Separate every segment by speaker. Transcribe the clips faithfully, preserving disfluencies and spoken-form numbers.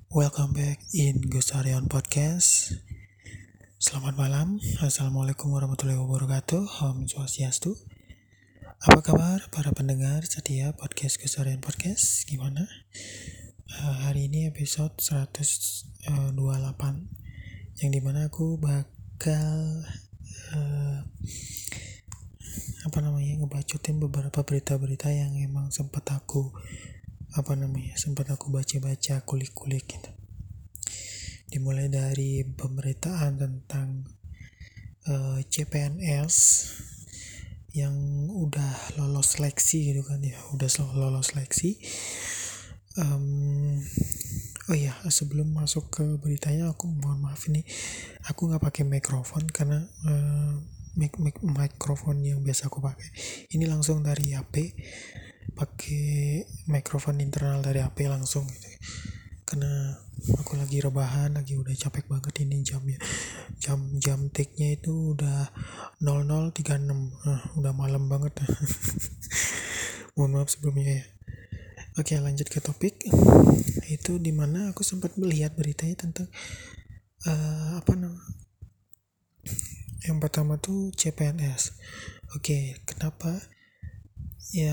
Speaker 1: Welcome back in Gustarion Podcast. Selamat malam. Assalamualaikum warahmatullahi wabarakatuh. Om Swastiastu. Apa kabar para pendengar setia podcast Gustarion Podcast? Gimana? Uh, hari ini episode seratus dua puluh delapan, yang dimana aku bakal uh, apa namanya ngebacotin beberapa berita-berita yang emang sempat aku apa namanya sempat aku baca-baca kulik-kulik gitu. Dimulai dari pemberitaan tentang uh, C P N S yang udah lolos seleksi gitu kan ya, udah lolos seleksi. Um, oh iya, sebelum masuk ke beritanya aku mohon maaf ini, aku nggak pakai mikrofon karena uh, mic, mic, mikrofon yang biasa aku pakai ini langsung dari H P, pakai mikrofon internal dari H P langsung gitu. Karena aku lagi rebahan, lagi udah capek banget ini jamnya. Jam jam take-nya itu udah nol nol tiga enam. Nah, udah malam banget. Mohon maaf sebelumnya ya. Oke, lanjut ke topik. Itu dimana aku sempat melihat beritanya tentang uh, apa namanya? Yang pertama tuh C P N S. Oke, kenapa? Ya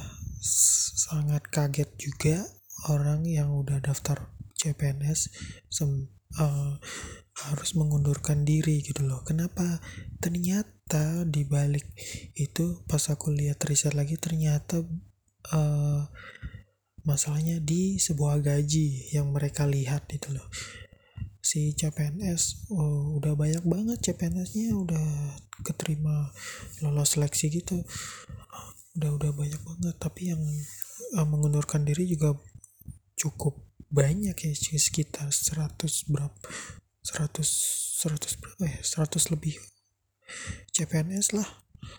Speaker 1: sangat kaget juga orang yang udah daftar C P N S sem, uh, harus mengundurkan diri gitu loh. Kenapa? Ternyata di balik itu pas aku lihat riset lagi, ternyata uh, masalahnya di sebuah gaji yang mereka lihat itu loh. Si C P N S oh, udah banyak banget C P N S-nya udah keterima lolos seleksi gitu. Udah udah banyak banget, tapi yang uh, mengundurkan diri juga cukup banyak ya, sekitar seratus berapa seratus seratus berapa ya seratus lebih C P N S lah,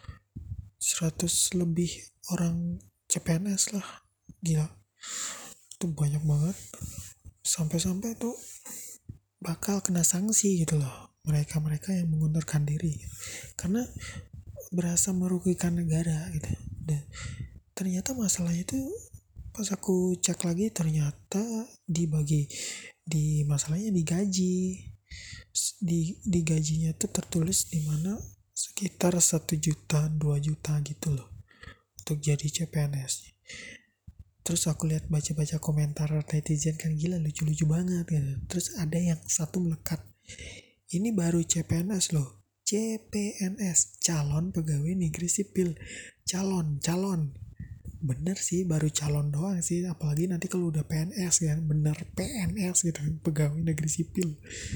Speaker 1: seratus lebih orang C P N S lah, gila itu banyak banget. Sampai-sampai tuh bakal kena sanksi gitu loh mereka-mereka yang mengundurkan diri, karena berasa merugikan negara gitu. Dan ternyata masalahnya itu pas aku cek lagi, ternyata dibagi di masalahnya di gaji, di di gajinya tuh tertulis di mana sekitar satu juta dua juta gitu loh untuk jadi C P N S. Terus aku lihat baca-baca komentar netizen kan, gila lucu-lucu banget gitu. Terus ada yang satu melekat, ini baru C P N S loh, C P N S, calon pegawai negeri sipil, calon calon bener sih, baru calon doang sih, apalagi nanti kalau udah P N S kan, bener P N S gitu, pegawai negeri sipil.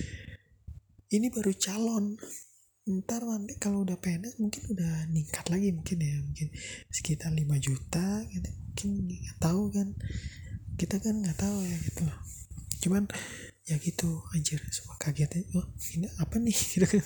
Speaker 1: Ini baru calon, ntar nanti kalau udah P N S mungkin udah meningkat lagi, mungkin ya mungkin sekitar lima juta gitu, mungkin nggak tahu kan, kita kan nggak tahu ya gitu. Cuman ya gitu, anjir sumpah kaget ya, oh ini apa nih gitu kan.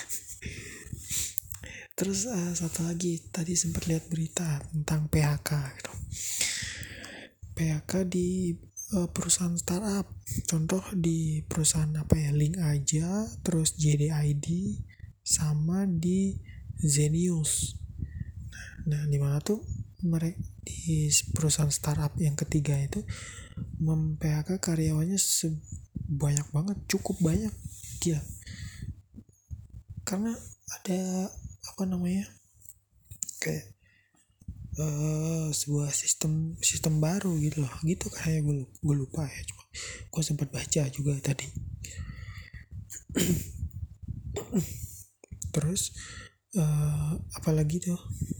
Speaker 1: Terus uh, satu lagi, tadi sempat lihat berita tentang P H K gitu. P H K di uh, perusahaan startup, contoh di perusahaan apa ya, Link aja, terus J D I D, sama di Zenius. Nah, di mana tuh mereka di perusahaan startup yang ketiga itu mem-P H K karyawannya sebanyak banget, cukup banyak, gila. Karena ada apa namanya, kayak uh, sebuah sistem sistem baru gitu loh, gitu kayak gue gue lupa ya, cuma gue sempat baca juga tadi. Terus uh, apalagi tuh,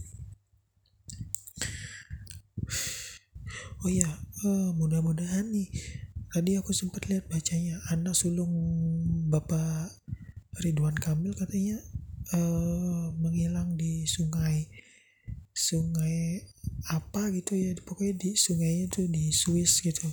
Speaker 1: oh iya, uh, mudah-mudahan nih, tadi aku sempat lihat bacanya, anak sulung Bapak Ridwan Kamil katanya uh, menghilang di sungai sungai apa gitu ya, pokoknya di sungainya tuh di Swiss gitu.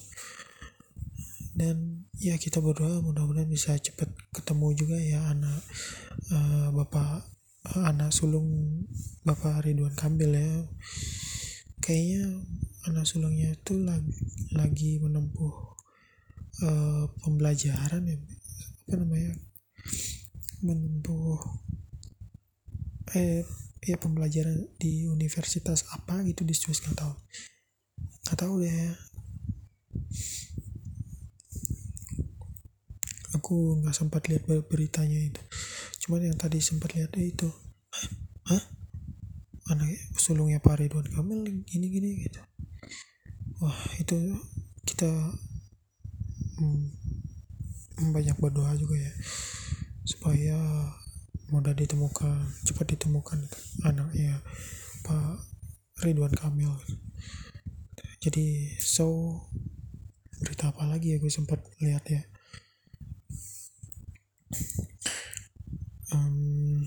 Speaker 1: Dan ya kita berdoa mudah-mudahan bisa cepat ketemu juga ya anak uh, bapak uh, anak sulung Bapak Ridwan Kamil ya. Kayaknya anak sulungnya itu lagi lagi menempuh uh, pembelajaran ya, apa namanya, menempuh eh ya pembelajaran di universitas apa gitu di Swiss, nggak tahu nggak tahu deh ya. aku nggak sempat lihat beritanya itu. Cuman yang tadi sempat lihat itu, hah, anak sulungnya Pak Ridwan Kamil gini-gini gitu. Wah, itu kita hmm, banyak berdoa juga ya supaya mudah ditemukan, cepat ditemukan anaknya Pak Ridwan Kamil. Jadi so berita apa lagi ya gue sempat lihat ya. Um,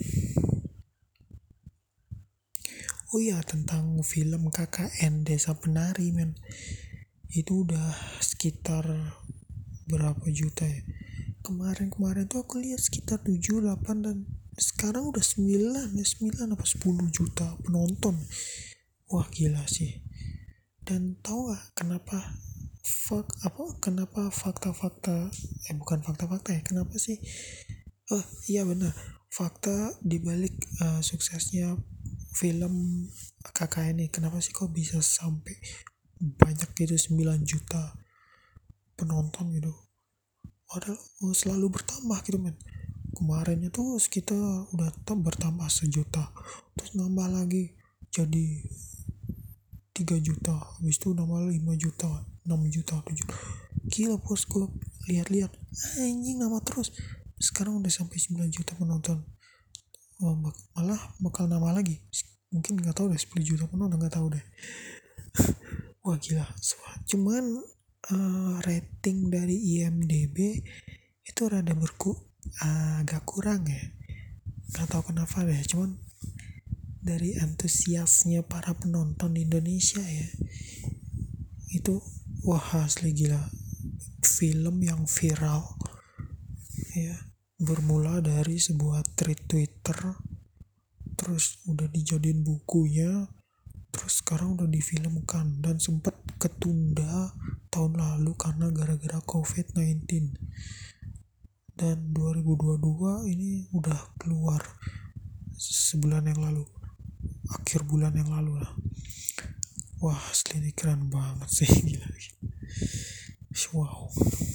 Speaker 1: oh iya, tentang film K K N Desa Penari men. Itu udah sekitar berapa juta ya. Kemarin-kemarin tuh aku lihat sekitar tujuh, delapan dan sekarang udah sembilan, ya sembilan apa sepuluh juta penonton. Wah gila sih. Dan tahu gak kenapa fak apa kenapa fakta-fakta eh bukan fakta-fakta ya kenapa sih oh iya benar fakta dibalik uh, suksesnya film K K N ini, kenapa sih kok bisa sampai banyak gitu sembilan juta penonton gitu, padahal oh, selalu bertambah gitu men. Kemarinnya tuh sekitar udah bertambah sejuta, terus nambah lagi jadi tiga juta, habis itu nambah lima juta, enam juta, tujuh. Gila bos, gue lihat-lihat anjing nama terus. Sekarang udah sampai sembilan juta penonton. Oh, malah bakal nambah lagi. Mungkin nggak tahu deh, sepuluh juta penonton nggak tahu deh. Wah gila. Cuman uh, rating dari I M D B itu rada berku uh, agak kurang ya. Nggak tahu kenapa deh. Cuman dari antusiasnya para penonton Indonesia ya, itu wah asli gila, film yang viral ya, bermula dari sebuah tweet Twitter, terus udah dijadiin bukunya, terus sekarang udah difilmkan dan sempat ketunda tahun lalu karena gara-gara covid sembilan belas, dan dua ribu dua puluh dua ini udah keluar sebulan yang lalu, akhir bulan yang lalu lah. Wah asli ini keren banget sih, gila. Wow.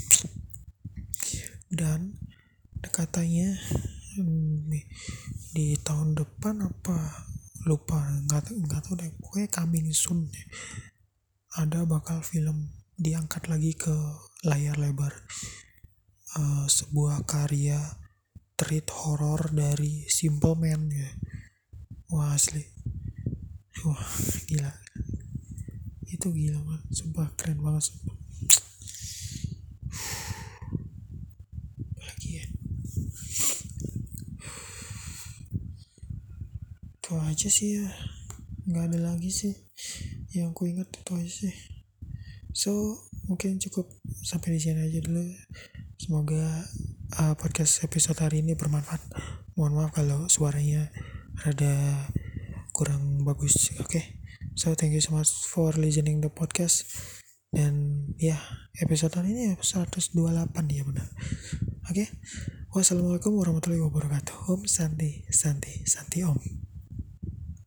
Speaker 1: Dan katanya hmm, di tahun depan apa lupa, nggak nggak tahu deh, pokoknya coming soon ada bakal film diangkat lagi ke layar lebar, uh, sebuah karya treat horror dari Simple Man ya. Wah asli, wah gila, itu gila man, sumpah keren banget sumpah. Lagi ya, itu aja sih ya, nggak ada lagi sih yang ku ingat, itu aja sih. So mungkin cukup sampai di sini aja dulu. Semoga uh, podcast episode hari ini bermanfaat. Mohon maaf kalau suaranya rada kurang bagus. Oke, okay? So thank you so much for listening the podcast. Dan ya, episode hari ini seratus dua puluh delapan ya benar. Oke, okay? Wassalamualaikum warahmatullahi wabarakatuh. Om Santi Santi Santi Om.